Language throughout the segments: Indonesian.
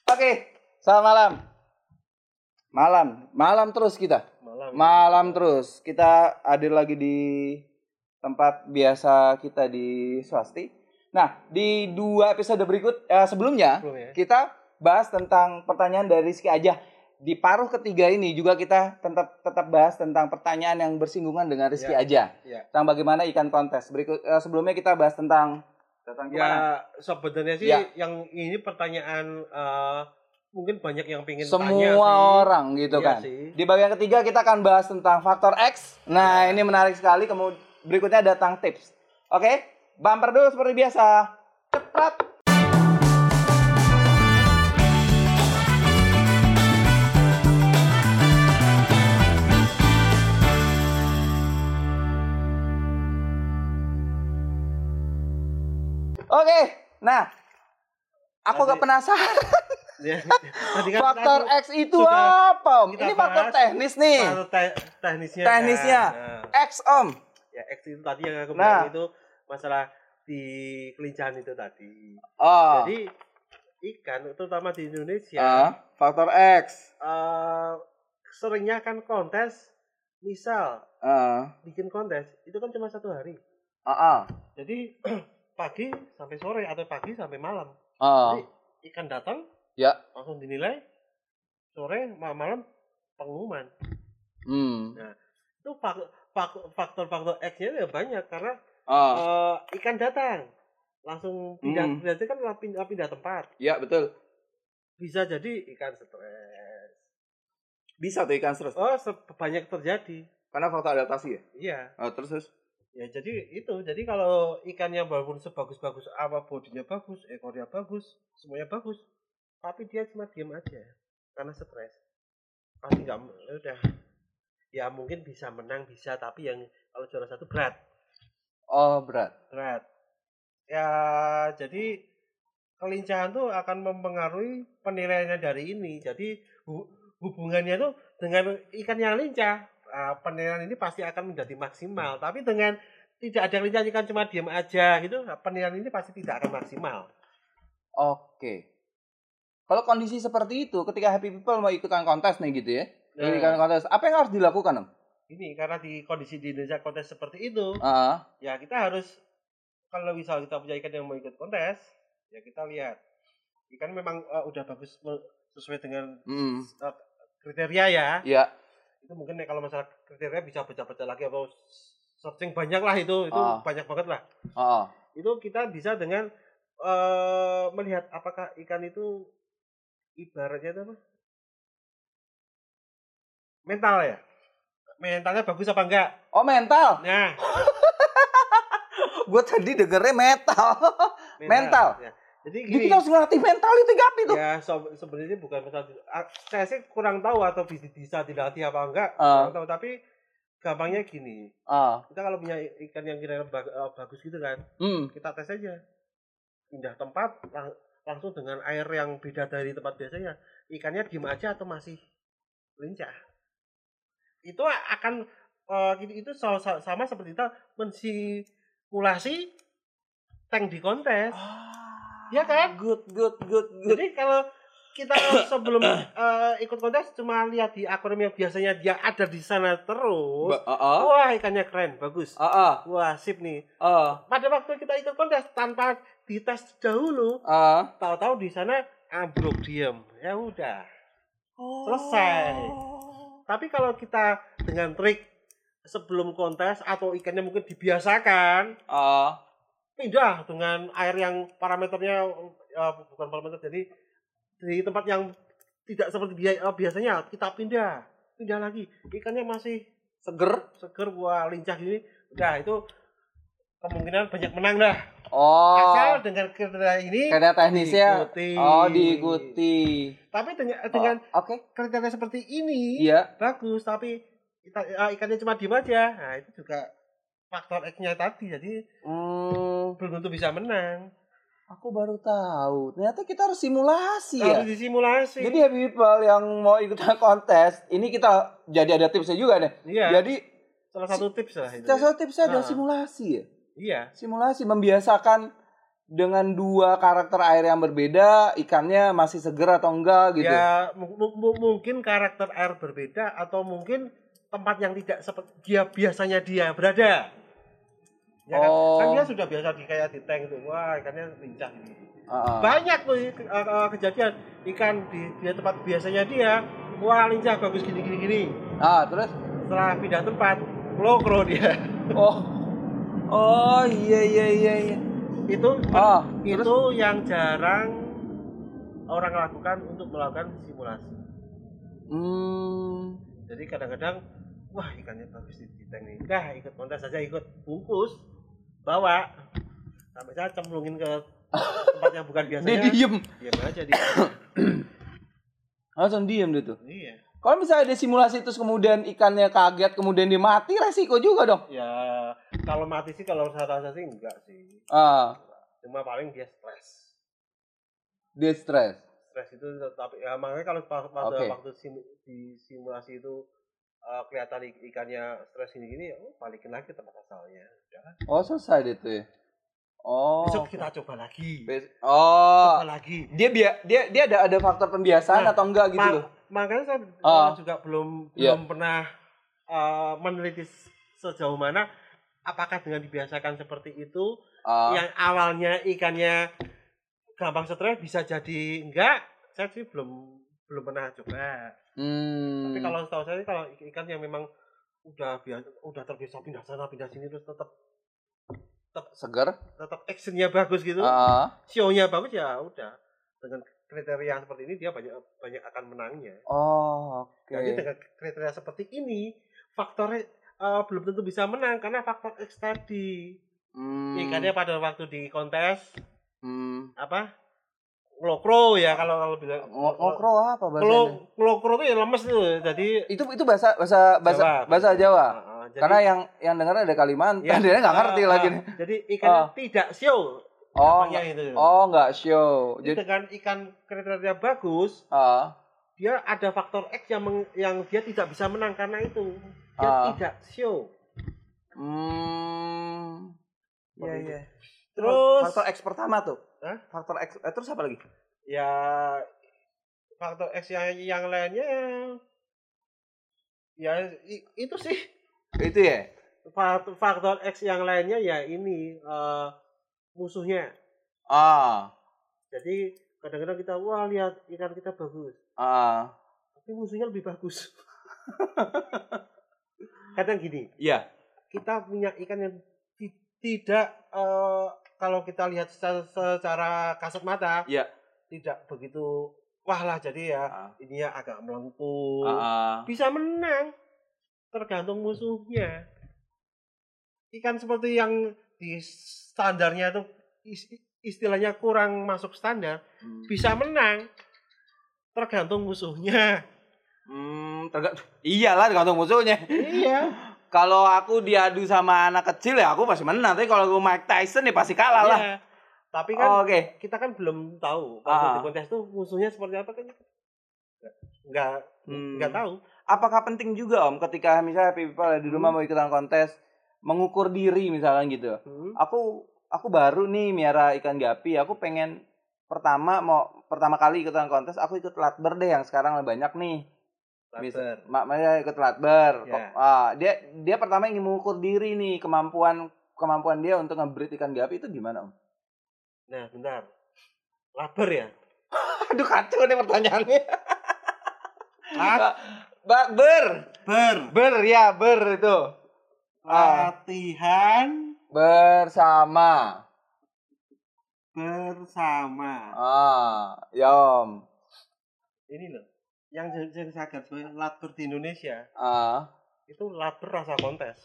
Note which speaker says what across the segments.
Speaker 1: Oke, selamat malam. Malam terus kita. Malam terus. Kita hadir lagi di tempat biasa kita di Swasti. Nah, di 2 episode sebelumnya kita bahas tentang pertanyaan dari Rizky aja. Di paruh ketiga ini juga kita tetap bahas tentang pertanyaan yang bersinggungan dengan Rizky aja. Tentang bagaimana ikan kontes. Sebelumnya kita bahas tentang
Speaker 2: sebenarnya sih yang ini pertanyaan mungkin banyak yang pengen
Speaker 1: semua
Speaker 2: tanya sih.
Speaker 1: Orang gitu kan.
Speaker 2: Sih.
Speaker 1: Di bagian ketiga kita akan bahas tentang faktor X. Nah, ini menarik sekali. Kemudian berikutnya datang tips. Oke, bumper dulu seperti biasa. Cepat. Oke, nah, aku agak penasaran. Faktor X itu apa, Om? Ini faktor teknis nih. Teknisnya.
Speaker 2: Nah.
Speaker 1: X, Om.
Speaker 2: Ya, X itu tadi yang aku bilang itu masalah di kelincahan itu tadi. Jadi ikan terutama di Indonesia
Speaker 1: faktor X
Speaker 2: seringnya kan kontes, misal bikin kontes itu kan cuma 1 hari. Jadi pagi sampai sore atau pagi sampai malam. Jadi ikan datang langsung dinilai, sore malam pengumuman. Nah, itu faktor X-nya ya banyak karena ikan datang langsung pindah, berarti kan pindah tempat.
Speaker 1: Iya, betul.
Speaker 2: Bisa jadi ikan stres.
Speaker 1: Bisa tuh ikan stres.
Speaker 2: Banyak terjadi.
Speaker 1: Karena faktor adaptasi ya?
Speaker 2: Iya.
Speaker 1: Terus?
Speaker 2: Ya jadi kalau ikannya walaupun sebagus-bagus apa, bodinya bagus, ekornya bagus, semuanya bagus, tapi dia cuma diam aja karena stres, pasti nggak udah. Ya mungkin bisa menang bisa, tapi yang kalau juara 1 berat. Berat. Ya jadi kelincahan tuh akan mempengaruhi penilaiannya dari ini. Jadi hubungannya tuh dengan ikan yang lincah. Penilaian ini pasti akan menjadi maksimal. Tapi dengan tidak ada lincah, ikan cuma diam aja gitu, penilaian ini pasti tidak akan maksimal.
Speaker 1: Oke. Kalau kondisi seperti itu, ketika Happy People mau ikutan kontes nih gitu ya, ikutan kontes, apa yang harus dilakukan, Om?
Speaker 2: Ini karena di kondisi di Indonesia kontes seperti itu, ya kita harus, kalau misal kita punya ikan yang mau ikut kontes, ya kita lihat ikan memang udah bagus sesuai dengan kriteria ya. Iya. Itu mungkin kalau masalah kriteria bisa baca-baca lagi atau searching banyak lah, itu banyak banget lah. Itu kita bisa dengan melihat apakah ikan itu ibaratnya apa? Mental ya. Mentalnya bagus apa enggak?
Speaker 1: Mental.
Speaker 2: Nah.
Speaker 1: Gue tadi dengernya mental.
Speaker 2: Ya. Jadi gini,
Speaker 1: kita harus ngelatih mental itu gapi tuh.
Speaker 2: Ya sebenarnya bukan masalah. Saya sih kurang tahu atau bisa dilatih apa enggak. Kurang tahu, tapi gampangnya gini. Kita kalau punya ikan yang kira-kira bagus gitu kan, kita tes aja. Pindah tempat langsung dengan air yang beda dari tempat biasanya. Ikannya diem aja atau masih lincah. Itu akan itu sama seperti kita mensimulasi tank di kontes. Ya kan? Good. Jadi kalau kita sebelum ikut kontes cuma lihat di akuarium yang biasanya dia ada di sana terus, wah ikannya keren, bagus, wah sip nih. Pada waktu kita ikut kontes tanpa dites dahulu, tahu-tahu di sana ambruk diam, ya udah selesai. Tapi kalau kita dengan trik sebelum kontes atau ikannya mungkin dibiasakan, pindah dengan air yang parameternya bukan parameter, jadi di tempat yang tidak seperti biasanya kita pindah lagi, ikannya masih seger, wah lincah gini, udah itu kemungkinan banyak menang dah. Asal dengan kriteria ini,
Speaker 1: kriteria teknisnya diikuti.
Speaker 2: Tapi dengan kriteria seperti ini bagus, tapi ikannya cuma diem aja, nah itu juga faktor X-nya tadi, jadi belum tentu bisa menang.
Speaker 1: Aku baru tahu. Ternyata kita harus simulasi ya.
Speaker 2: Harus disimulasi.
Speaker 1: Jadi Happy People yang mau ikutan kontes, ini kita jadi ada tipsnya juga nih.
Speaker 2: Iya.
Speaker 1: Jadi
Speaker 2: salah satu tips lah itu.
Speaker 1: Salah satu tipsnya adalah simulasi ya.
Speaker 2: Iya.
Speaker 1: Simulasi membiasakan dengan dua karakter air yang berbeda, ikannya masih seger atau enggak gitu?
Speaker 2: Ya mungkin karakter air berbeda atau mungkin tempat yang tidak seperti biasanya dia berada. Ya kan dia sudah biasa kayak di tank itu, wah ikannya lincah gitu. Banyak tuh kejadian ikan di tempat biasanya dia, wah lincah bagus gini.
Speaker 1: Terus
Speaker 2: setelah pindah tempat, lokro dia.
Speaker 1: Iya.
Speaker 2: Itu yang jarang orang lakukan untuk melakukan simulasi. Jadi kadang-kadang wah ikannya bagus di tank nih, ikut kontes saja, ikut bungkus bawa sampai saya cemplungin ke tempat yang bukan biasanya.
Speaker 1: Dia diem
Speaker 2: aja dia.
Speaker 1: Langsung diem dia tuh.
Speaker 2: Iya.
Speaker 1: Kalau misalnya ada simulasi terus kemudian ikannya kaget kemudian dia mati, resiko juga dong.
Speaker 2: Ya kalau mati sih, kalau saya rasa sih enggak sih. Cuma paling dia stres. Stres itu, tapi ya makanya kalau pada waktu di simulasi itu kelihatan ikannya stres gini, balikin lagi ke tempat asalnya. Udah.
Speaker 1: Selesai deh tuh ya.
Speaker 2: Besok kita coba lagi.
Speaker 1: Coba lagi. Dia ada faktor pembiasaan atau enggak gitu loh.
Speaker 2: Makanya saya juga belum pernah meneliti sejauh mana apakah dengan dibiasakan seperti itu yang awalnya ikannya gampang stres bisa jadi enggak. Saya sih belum pernah coba. Tapi kalau setahu saya, kalau ikan yang memang udah terbiasa pindah sana pindah sini terus tetap
Speaker 1: segar,
Speaker 2: tetap actionnya bagus gitu, show-nya bagus, ya udah, dengan kriteria seperti ini dia banyak akan menangnya. Jadi dengan kriteria seperti ini faktornya belum tentu bisa menang karena faktor X tadi. Ikannya pada waktu di kontes lokro ya, kalau bilang
Speaker 1: lokro apa bahasanya?
Speaker 2: Lokro itu ya lemes tuh. Jadi
Speaker 1: itu bahasa Jawa. Jadi, karena yang dengar ada Kalimantan, dia nggak ngerti lagi nih.
Speaker 2: Jadi ikannya tidak show.
Speaker 1: Nggak show.
Speaker 2: Jadi dengan ikan kriteria bagus, dia ada faktor X yang dia tidak bisa menang karena itu dia tidak show.
Speaker 1: Iya. Terus faktor X pertama tuh. Faktor X terus apa lagi?
Speaker 2: Ya faktor X yang lainnya ya itu sih.
Speaker 1: Itu ya.
Speaker 2: Faktor X yang lainnya ya ini musuhnya. Jadi kadang-kadang kita lihat ikan kita bagus. Tapi musuhnya lebih bagus. Kadang gini.
Speaker 1: Iya.
Speaker 2: Kita punya ikan yang tidak kalau kita lihat secara kasat mata, tidak begitu wah lah, jadi ya ini ya agak melengkung, bisa menang, tergantung musuhnya. Ikan seperti yang di standarnya itu istilahnya kurang masuk standar, bisa menang, tergantung musuhnya.
Speaker 1: Iyalah tergantung musuhnya.
Speaker 2: Iya.
Speaker 1: Kalau aku diadu sama anak kecil ya aku pasti menang. Tapi kalau aku Mike Tyson ya pasti kalah lah.
Speaker 2: Tapi kan kita kan belum tahu waktu di kontes tuh musuhnya seperti apa kan. Nggak tahu.
Speaker 1: Apakah penting juga Om ketika misalnya people di rumah mau ikutan kontes mengukur diri misalkan gitu. Aku baru nih miara ikan gapi, aku pengen pertama kali ikutan kontes aku ikut latber deh yang sekarang banyak nih. Makanya ikut latber. Dia pertama ingin mengukur diri nih, kemampuan dia untuk nge-breed ikan gapi itu gimana Om?
Speaker 2: Nah bentar, latber ya?
Speaker 1: Aduh kacau nih pertanyaannya. Ber itu.
Speaker 2: Latihan
Speaker 1: bersama. Ya Om.
Speaker 2: Ini loh. Yang saya garis latber di Indonesia itu latber rasa kontes.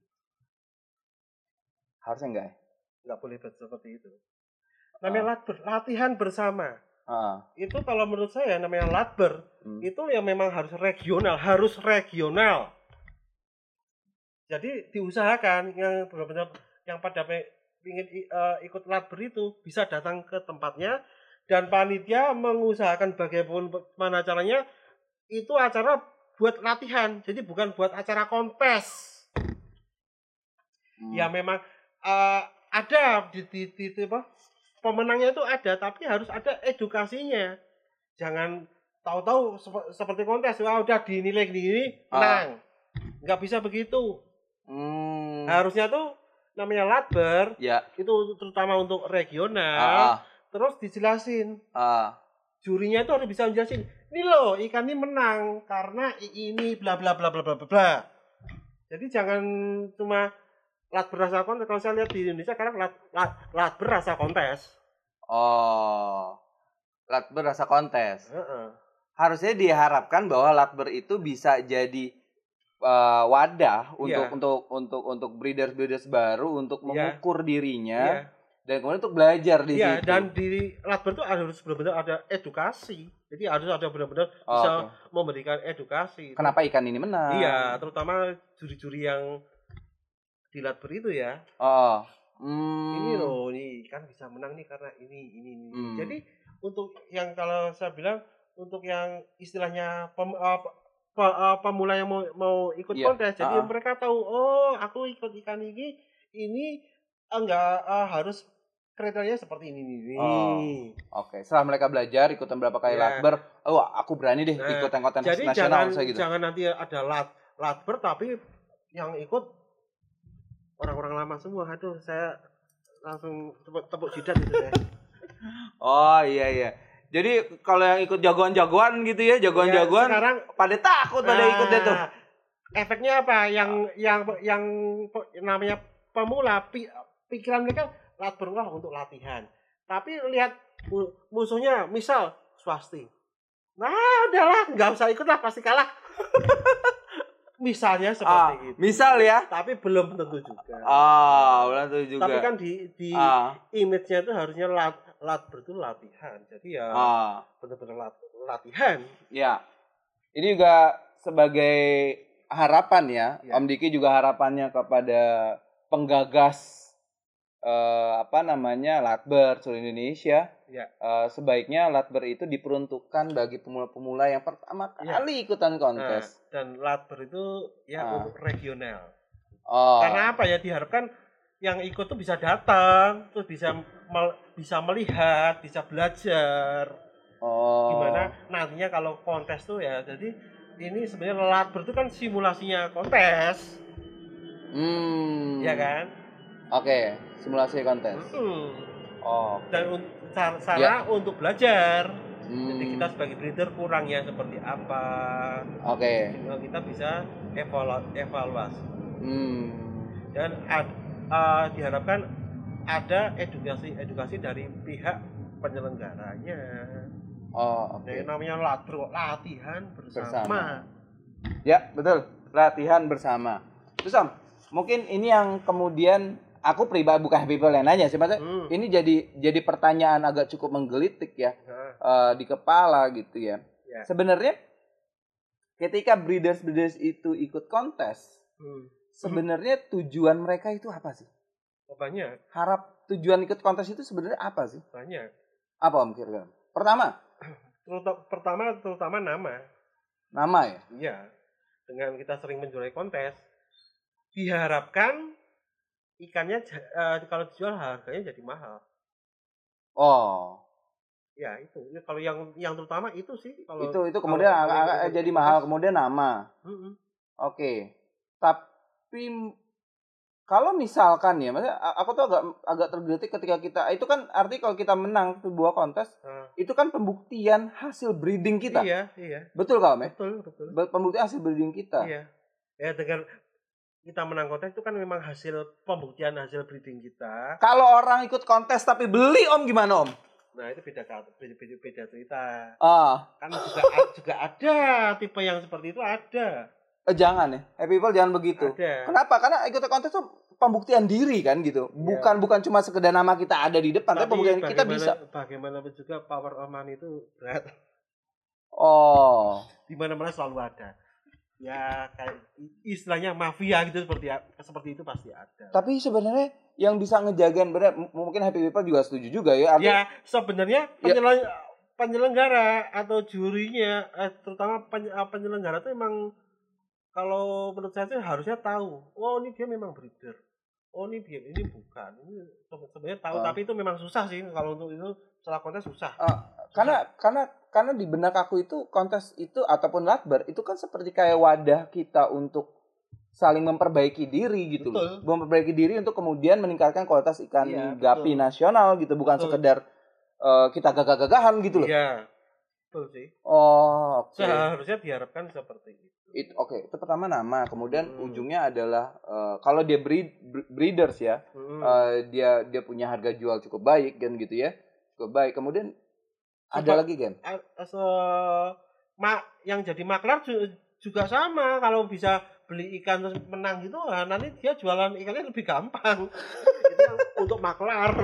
Speaker 1: Harusnya
Speaker 2: enggak boleh seperti itu. Namanya latber, latihan bersama. Itu kalau menurut saya namanya latber itu yang memang harus regional. Jadi diusahakan yang benar-benar yang pada ingin ikut latber itu bisa datang ke tempatnya, dan panitia mengusahakan bagaimana caranya itu acara buat latihan, jadi bukan buat acara kontes. Ya memang ada di pemenangnya itu ada, tapi harus ada edukasinya. Jangan tahu-tahu seperti kontes, udah dinilai gini menang. Nggak bisa begitu. Harusnya tuh namanya Latber, itu terutama untuk regional, terus dijelasin. Jurinya itu harus bisa menjelasin, ini loh ikan ini menang karena ini bla bla bla bla bla bla. Jadi jangan cuma Latber rasa kontes. Kalau saya lihat di Indonesia sekarang Latber rasa kontes.
Speaker 1: Latber rasa kontes. Harusnya diharapkan bahwa Latber itu bisa jadi wadah untuk breeders baru untuk mengukur dirinya dan kemudian untuk belajar di situ.
Speaker 2: Dan di Latber itu harus benar-benar ada edukasi. Jadi harus ada benar-benar bisa memberikan edukasi.
Speaker 1: Kenapa ikan ini menang?
Speaker 2: Iya, terutama juri-juri yang di Latber itu ya. Ini loh, nih kan bisa menang nih karena ini. Jadi untuk yang kalau saya bilang untuk yang istilahnya pemula yang mau ikut kontes, jadi mereka tahu, aku ikut ikan ini enggak harus kriterianya seperti ini.
Speaker 1: Oke. Setelah mereka belajar ikutan berapa kali Latber, aku berani deh ikut kontes nasional
Speaker 2: gitu. Jangan nanti ada Latber tapi yang ikut orang-orang lama semua. Aduh, saya langsung tepuk jidat gitu ya.
Speaker 1: Iya. Jadi kalau yang ikut jagoan-jagoan gitu ya, jagoan-jagoan sekarang pada takut pada ikut deh tuh.
Speaker 2: Efeknya apa? Yang namanya pemula, pikiran mereka Latber untuk latihan. Tapi lihat musuhnya, misal Swasti. Udahlah, nggak usah ikut lah, pasti kalah. Misalnya seperti itu.
Speaker 1: Misal ya.
Speaker 2: Tapi belum tentu juga.
Speaker 1: Belum tentu juga.
Speaker 2: Tapi kan di image-nya itu harusnya Latber itu latihan. Jadi ya benar-benar latihan.
Speaker 1: Ya. Ini juga sebagai harapan ya. Om Diki juga harapannya kepada penggagas Latber seluruh Indonesia. Sebaiknya Latber itu diperuntukkan bagi pemula-pemula yang pertama kali ikutan kontes.
Speaker 2: Dan Latber itu untuk regional. Karena apa ya, diharapkan yang ikut tuh bisa datang, terus bisa melihat, bisa belajar. Gimana nantinya kalau kontes tuh ya. Jadi ini sebenarnya Latber itu kan simulasinya kontes. Ya kan?
Speaker 1: Oke, simulasi kontes.
Speaker 2: Dan cara untuk belajar. Jadi kita sebagai breeder kurangnya seperti apa. Kita bisa evaluasi. Dan diharapkan ada edukasi dari pihak penyelenggaranya. Yang namanya latihan bersama.
Speaker 1: Ya, betul. Latihan bersama. Terus Om, mungkin ini yang kemudian aku pribadi, bukan Happy People yang nanya sih, maksudnya ini jadi pertanyaan agak cukup menggelitik ya di kepala gitu ya. Sebenarnya ketika breeders itu ikut kontes, sebenarnya tujuan mereka itu apa sih?
Speaker 2: Banyak.
Speaker 1: Tujuan ikut kontes itu sebenarnya apa sih?
Speaker 2: Banyak.
Speaker 1: Apa Om kira-kira?
Speaker 2: Terutama nama.
Speaker 1: Nama ya?
Speaker 2: Iya. Dengan kita sering menjuarai kontes, diharapkan ikannya kalau dijual harganya jadi mahal. Ya itu. Kalau yang terutama itu sih.
Speaker 1: Itu kemudian jadi mahal, kemudian nama. Oke. Tapi kalau misalkan ya, maksudnya aku tuh agak tergelitik ketika kita, itu kan arti kalau kita menang sebuah kontes, itu kan pembuktian hasil breeding kita.
Speaker 2: Iya.
Speaker 1: Betul Om ya?
Speaker 2: Betul.
Speaker 1: Pembuktian hasil breeding kita.
Speaker 2: Iya. Ya dengan kita menang kontes itu kan memang pembuktian hasil breeding kita.
Speaker 1: Kalau orang ikut kontes tapi beli Om gimana Om?
Speaker 2: Nah itu beda cerita. Kan juga ada tipe yang seperti itu ada.
Speaker 1: Jangan ya, Happy People jangan begitu.
Speaker 2: Ada.
Speaker 1: Kenapa? Karena ikut kontes tuh pembuktian diri kan gitu. Bukan cuma sekedar nama kita ada di depan, tapi pembuktian kita bisa.
Speaker 2: Bagaimanapun juga power of money itu berat. Di mana-mana selalu ada. Ya kayak istilahnya mafia gitu, seperti itu pasti ada.
Speaker 1: Tapi sebenarnya yang bisa ngejagain benar, mungkin Happy People juga setuju juga ya.
Speaker 2: Ya sebenarnya penyelenggara atau jurinya, terutama penyelenggara itu emang kalau menurut saya sih harusnya tahu, ini dia memang breeder. oh ini bukan, ini sebenarnya tahu, tapi itu memang susah sih kalau untuk itu setelah kontes susah.
Speaker 1: Karena di benak aku itu kontes itu ataupun lakber itu kan seperti kayak wadah kita untuk saling memperbaiki diri gitu loh. Memperbaiki diri untuk kemudian meningkatkan kualitas ikan gapi nasional gitu, bukan sekedar kita gagah-gagahan gitu loh.
Speaker 2: Iya. Betul sih.
Speaker 1: Oh, oke.
Speaker 2: Seharusnya diharapkan seperti itu.
Speaker 1: Itu pertama nama, kemudian ujungnya adalah kalau dia breeders ya, dia punya harga jual cukup baik kan gitu ya. Cukup baik. Kemudian ada lagi kan?
Speaker 2: Yang jadi maklar juga sama, kalau bisa beli ikan terus menang gitu, nanti dia jualan ikannya lebih gampang. Itu untuk maklar.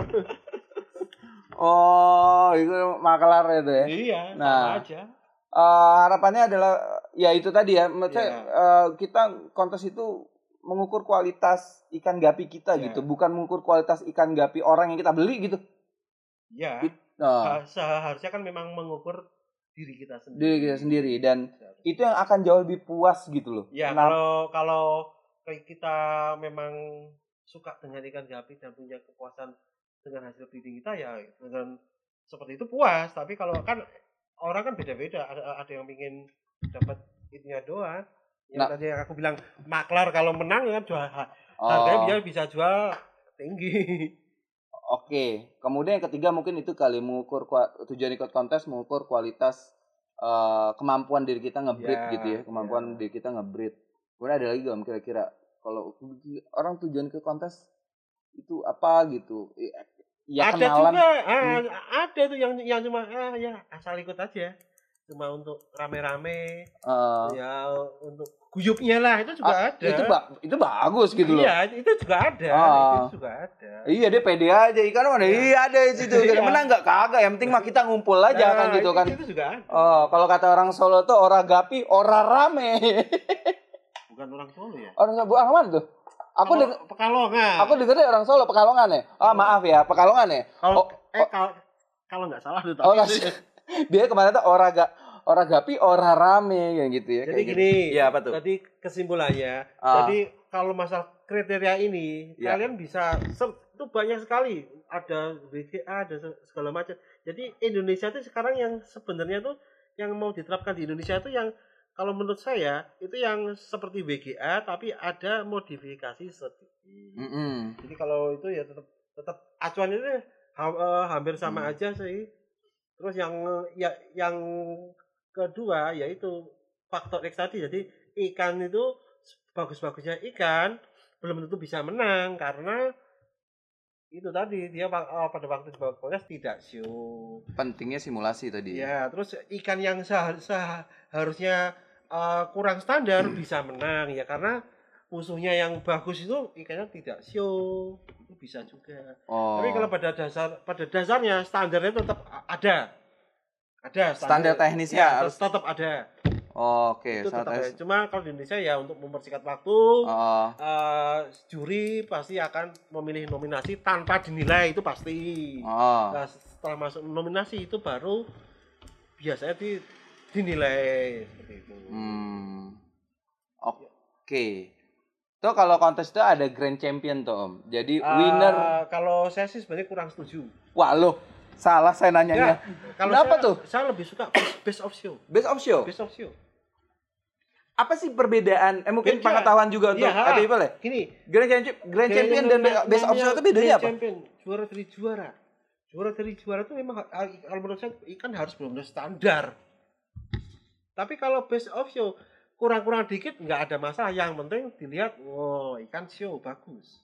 Speaker 1: Oh, itu maklar itu ya?
Speaker 2: Iya, sama aja.
Speaker 1: Harapannya adalah ya itu tadi ya, maksudnya kita kontes itu mengukur kualitas ikan gapi kita gitu, bukan mengukur kualitas ikan gapi orang yang kita beli gitu.
Speaker 2: Iya. Seharusnya kan memang mengukur diri kita
Speaker 1: sendiri dan itu yang akan jauh lebih puas gitu loh.
Speaker 2: Ya, kalau kita memang suka dengan ikan gapi dan punya kepuasan dengan hasil breeding kita, ya dengan seperti itu puas. Tapi kalau kan orang kan beda-beda, ada yang ingin dapat itunya doang. Yang tadi yang aku bilang maklar kalau menang kan jual harganya dia bisa jual tinggi.
Speaker 1: Oke, kemudian yang ketiga mungkin itu kali mengukur tujuan ikut kontes mengukur kualitas kemampuan diri kita nge-breed gitu ya, kemampuan diri kita nge-breed. Kemudian ada lagi Om kira-kira kalau orang tujuan ke kontes itu apa gitu? Ya
Speaker 2: ada kenalan. Juga, ada tuh yang cuma ya asal ikut aja, cuma untuk rame-rame, ya untuk guyupnya lah, itu juga ada.
Speaker 1: Itu bagus gitu loh.
Speaker 2: Iya, itu juga ada. Itu juga ada.
Speaker 1: Iya, dia pede aja ikan mana? Iya ada di situ. Menang enggak kagak, yang penting mah kita ngumpul aja kan gitu kan.
Speaker 2: Itu juga ada.
Speaker 1: Kalau kata orang Solo tuh ora gapi, ora rame.
Speaker 2: Bukan orang Solo ya?
Speaker 1: Orang mana tuh?
Speaker 2: Pekalongan.
Speaker 1: Aku dengernya orang Solo, Pekalongan ya. Maaf ya, Pekalongan ya.
Speaker 2: Kalau nggak salah tuh.
Speaker 1: Dia kemarin tuh ora gapi, ora rame kayak gitu ya.
Speaker 2: Jadi gini,
Speaker 1: ya, apa tuh?
Speaker 2: Jadi kesimpulannya, jadi kalau masalah kriteria ini, kalian bisa itu banyak sekali, ada WGA, ada segala macam. Jadi Indonesia itu sekarang yang sebenarnya tuh yang mau diterapkan di Indonesia itu yang kalau menurut saya itu yang seperti WGA tapi ada modifikasi sedikit. Jadi kalau itu ya tetap acuan itu hampir sama aja sih. Terus yang kedua yaitu faktor X tadi. Jadi ikan itu bagus-bagusnya ikan belum tentu bisa menang karena itu tadi dia pada waktu kontes tidak show.
Speaker 1: Pentingnya simulasi tadi.
Speaker 2: Ya, terus ikan yang seharusnya kurang standar bisa menang ya karena musuhnya yang bagus itu ikannya tidak show, itu bisa juga. Tapi kalau pada dasarnya standarnya tetap ada
Speaker 1: standar teknisnya
Speaker 2: harus tetap ada.
Speaker 1: Oke,
Speaker 2: itu tetap ada. Cuma kalau di Indonesia ya untuk mempersingkat waktu, juri pasti akan memilih nominasi tanpa dinilai, itu pasti. Nah, setelah masuk nominasi itu baru biasanya dinilai seperti itu.
Speaker 1: Oke. Tuh kalau kontes itu ada grand champion tuh Om. Jadi winner.
Speaker 2: Kalau saya sih sebenarnya kurang setuju.
Speaker 1: Wah loh, salah saya nanyanya. Kenapa tuh?
Speaker 2: Saya lebih suka best of show.
Speaker 1: Best of show.
Speaker 2: Best of show.
Speaker 1: Apa sih perbedaan? Mungkin pengetahuan juga untuk people ya.
Speaker 2: Gini.
Speaker 1: Grand champion dan best of show itu bedanya apa?
Speaker 2: Champion, juara dari juara. Juara dari juara itu memang kalau menurut saya ikan harus benar-benar standar. Tapi kalau best of show kurang-kurang dikit nggak ada masalah, yang penting dilihat ikan show bagus.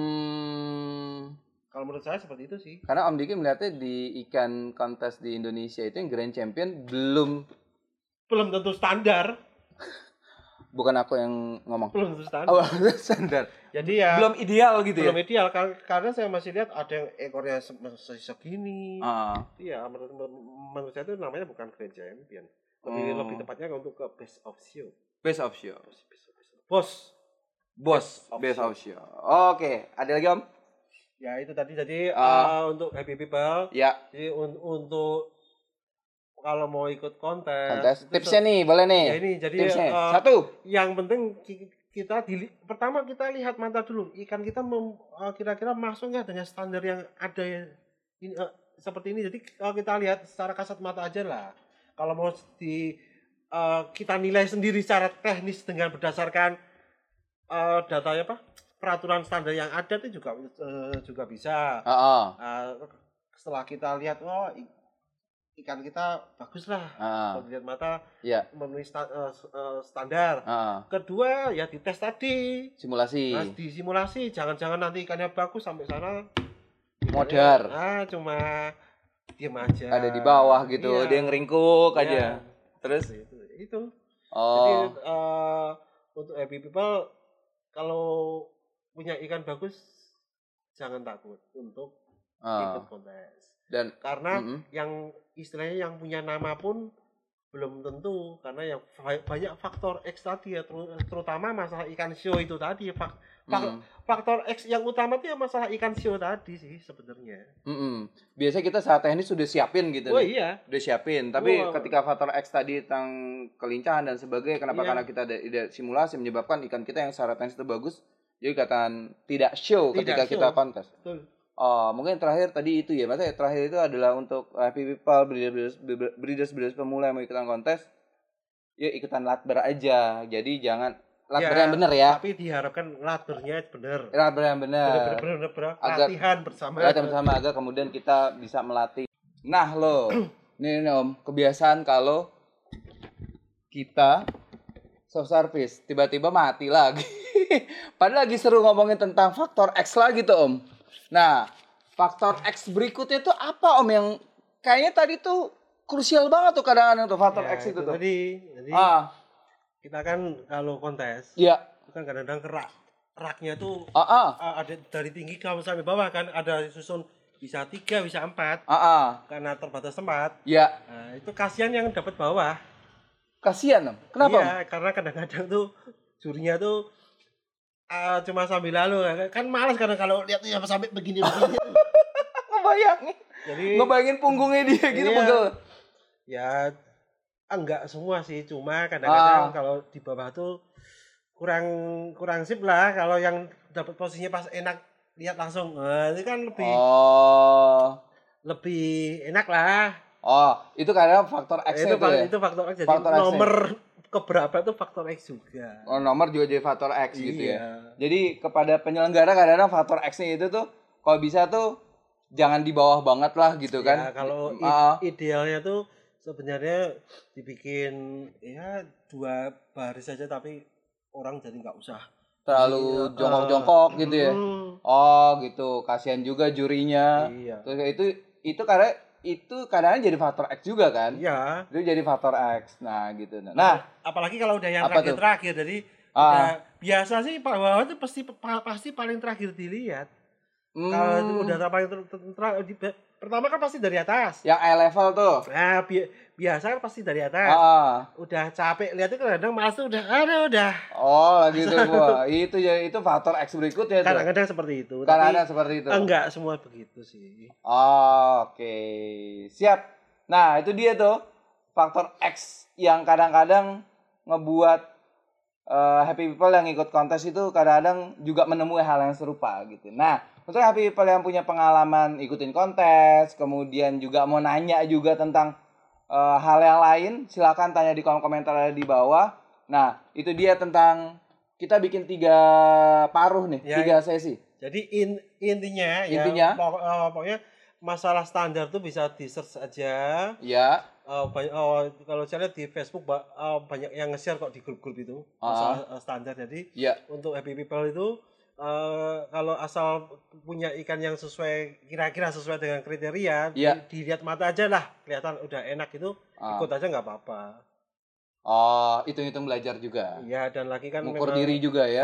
Speaker 2: Kalau menurut saya seperti itu sih.
Speaker 1: Karena Om Diki melihatnya di ikan kontes di Indonesia itu yang grand champion belum
Speaker 2: tentu standar.
Speaker 1: Bukan aku yang ngomong.
Speaker 2: Belum tentu standar.
Speaker 1: Standar.
Speaker 2: Jadi ya
Speaker 1: belum ideal gitu
Speaker 2: belum ideal karena saya masih lihat ada yang ekornya segini. Iya, menurut saya itu namanya bukan grand champion. Lebih tepatnya untuk ke best of show.
Speaker 1: Best of show.
Speaker 2: Best
Speaker 1: of show. Oke, ada lagi Om?
Speaker 2: Ya itu tadi jadi untuk happy people.
Speaker 1: Ya.
Speaker 2: Jadi untuk kalau mau ikut kontes.
Speaker 1: Tipsnya nih, boleh nih.
Speaker 2: Ya ini jadi
Speaker 1: satu.
Speaker 2: Yang penting pertama kita lihat mata dulu, ikan kita kira-kira masuk nggak dengan standar yang ada seperti ini. Jadi kalau kita lihat secara kasat mata aja lah. Kalau mau kita nilai sendiri secara teknis dengan berdasarkan datanya peraturan standar yang ada itu juga bisa. Setelah kita lihat ikan kita bagus lah, kalau dilihat mata memenuhi standar. Kedua ya dites tadi, simulasi. Jangan-jangan nanti ikannya bagus sampai sana
Speaker 1: modar.
Speaker 2: Cuma diam aja.
Speaker 1: Ada di bawah gitu, dia ngeringkuk aja. Terus
Speaker 2: itu. Jadi untuk happy people kalau punya ikan bagus jangan takut untuk ikut kontes. Dan karena yang istilahnya yang punya nama pun belum tentu, karena yang banyak faktor X tadi ya, terutama masalah ikan shio itu tadi. Faktor X yang utama itu ya masalah ikan shio tadi sih sebenarnya.
Speaker 1: Biasanya kita saat teknis sudah siapin gitu.
Speaker 2: Iya.
Speaker 1: Udah siapin, tapi ketika faktor X tadi tentang kelincahan dan sebagainya, kenapa? Karena kita ada simulasi menyebabkan ikan kita yang secara teknis itu bagus, jadi katakan tidak show ketika kita kontes. Betul. Mungkin terakhir tadi itu ya, maksudnya terakhir itu adalah untuk happy people, breeders pemula yang mau ikutan kontes, ya ikutan latber aja. Jadi jangan latber yang benar ya.
Speaker 2: Tapi diharapkan latbernya benar.
Speaker 1: Latber yang benar.
Speaker 2: Benar. Latihan bersama
Speaker 1: agar kemudian kita bisa melatih. Nah lo, nih Om, kebiasaan kalau kita soft service tiba-tiba mati lagi. Padahal lagi seru ngomongin tentang faktor X lagi tuh Om. Nah, faktor X berikutnya tuh apa Om yang kayaknya tadi tuh krusial banget tuh kadang-kadang tuh faktor X itu tuh.
Speaker 2: Jadi kita kan kalau kontes, itu kan kadang-kadang raknya tuh ada dari tinggi sampai bawah kan, ada susun bisa 3, bisa 4. Karena terbatas tempat. Nah, itu kasihan yang dapat bawah.
Speaker 1: Kasihan Om. Kenapa?
Speaker 2: Iya, karena kadang-kadang tuh jurinya tuh cuma sambil lalu kan malas karena kalau lihat sampai begini.
Speaker 1: Ngebayangin punggungnya dia gitu pegel.
Speaker 2: Ya enggak semua sih, cuma kadang-kadang kalau di bawah tuh kurang sip lah. Kalau yang dapat posisinya pas enak lihat langsung, itu kan lebih enak lah.
Speaker 1: Itu karena faktor X
Speaker 2: itu faktor X. Jadi faktor nomor keberapa itu faktor X juga.
Speaker 1: Nomor juga jadi faktor X gitu ya. Jadi kepada penyelenggara kadang-kadang faktor X-nya itu tuh kalau bisa tuh jangan di bawah banget lah gitu kan.
Speaker 2: Kalau idealnya tuh sebenarnya dibikin 2 baris saja, tapi orang jadi nggak usah
Speaker 1: terlalu jongkok-jongkok gitu ya. Gitu. Kasihan juga jurinya. Terus itu karena itu kadang-kadang jadi faktor X juga kan? Iya. Itu jadi faktor X. Nah, gitu. Nah,
Speaker 2: apalagi kalau udah yang terakhir. Jadi biasa sih Pak Wawan itu pasti paling terakhir dilihat. Kalau udah paling pertama kan pasti dari atas.
Speaker 1: Yang eye level tuh.
Speaker 2: Nah, biasa kan pasti dari atas. Udah capek lihatnya kadang malas tuh udah.
Speaker 1: Lagi tuh gua. Itu faktor X berikutnya tuh.
Speaker 2: Kadang-kadang seperti itu.
Speaker 1: Kadang-kadang seperti itu.
Speaker 2: Enggak semua begitu sih.
Speaker 1: Oke. Siap. Nah, itu dia tuh faktor X yang kadang-kadang ngebuat happy people yang ikut kontes itu kadang-kadang juga menemui hal yang serupa gitu. Nah, untuk happy people yang punya pengalaman ikutin kontes, kemudian juga mau nanya juga tentang hal yang lain, silakan tanya di kolom komentar di bawah. Nah, itu dia tentang kita bikin 3 paruh nih, 3 sesi.
Speaker 2: Jadi intinya pokoknya masalah standar tuh bisa di-search aja.
Speaker 1: Iya.
Speaker 2: Kalau saya lihat di Facebook banyak yang nge-share kok di grup-grup itu masalah standar. Jadi untuk happy people itu kalau asal punya ikan yang kira-kira sesuai dengan kriteria, dilihat mata aja lah, kelihatan udah enak itu, ikut aja nggak apa-apa.
Speaker 1: Hitung-hitung belajar juga.
Speaker 2: Iya, dan lagi kan
Speaker 1: mengukur diri juga ya.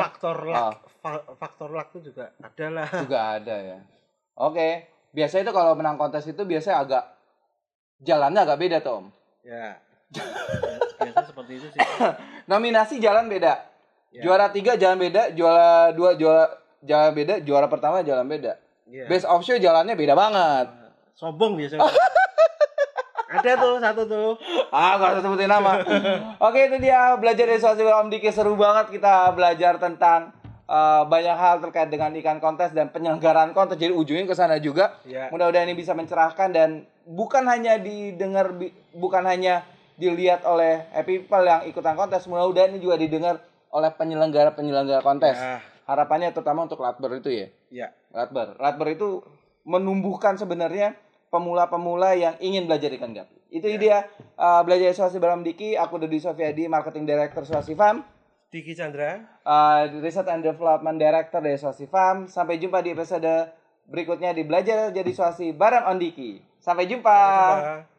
Speaker 2: Faktor luck itu juga ada lah.
Speaker 1: Juga ada ya. Oke. Biasanya itu kalau menang kontes itu biasanya jalannya agak beda tuh Om.
Speaker 2: Ya. Biasa seperti itu sih.
Speaker 1: Nominasi jalan beda. Juara 3 jalan beda, juara 2 jalan beda, juara pertama jalan beda. Best of show jalannya beda banget.
Speaker 2: Sombong biasanya. Ada tuh satu tuh.
Speaker 1: Gak usah sebutin nama. Oke, itu dia belajar dari Swasti Om Diki. Seru banget kita belajar tentang banyak hal terkait dengan ikan kontes dan penyelenggaraan kontes. Jadi ujungnya ke sana juga. Ya. Mudah-mudahan ini bisa mencerahkan dan bukan hanya didengar, bukan hanya dilihat oleh people yang ikutan kontes. Mudah-mudahan ini juga didengar oleh penyelenggara kontes. Ya. Harapannya terutama untuk Latber itu ya.
Speaker 2: Iya.
Speaker 1: Latber itu menumbuhkan sebenarnya pemula-pemula yang ingin belajar ikan gapi. Itu dia belajar Swasti Barang Diki. Aku Dodi Sofiadi, Marketing Director Swasti Farm.
Speaker 2: Diki Chandra,
Speaker 1: Research and Development Director dari Swasti Farm. Sampai jumpa di episode berikutnya di Belajar Jadi Swasti Barang on Diki. Sampai jumpa.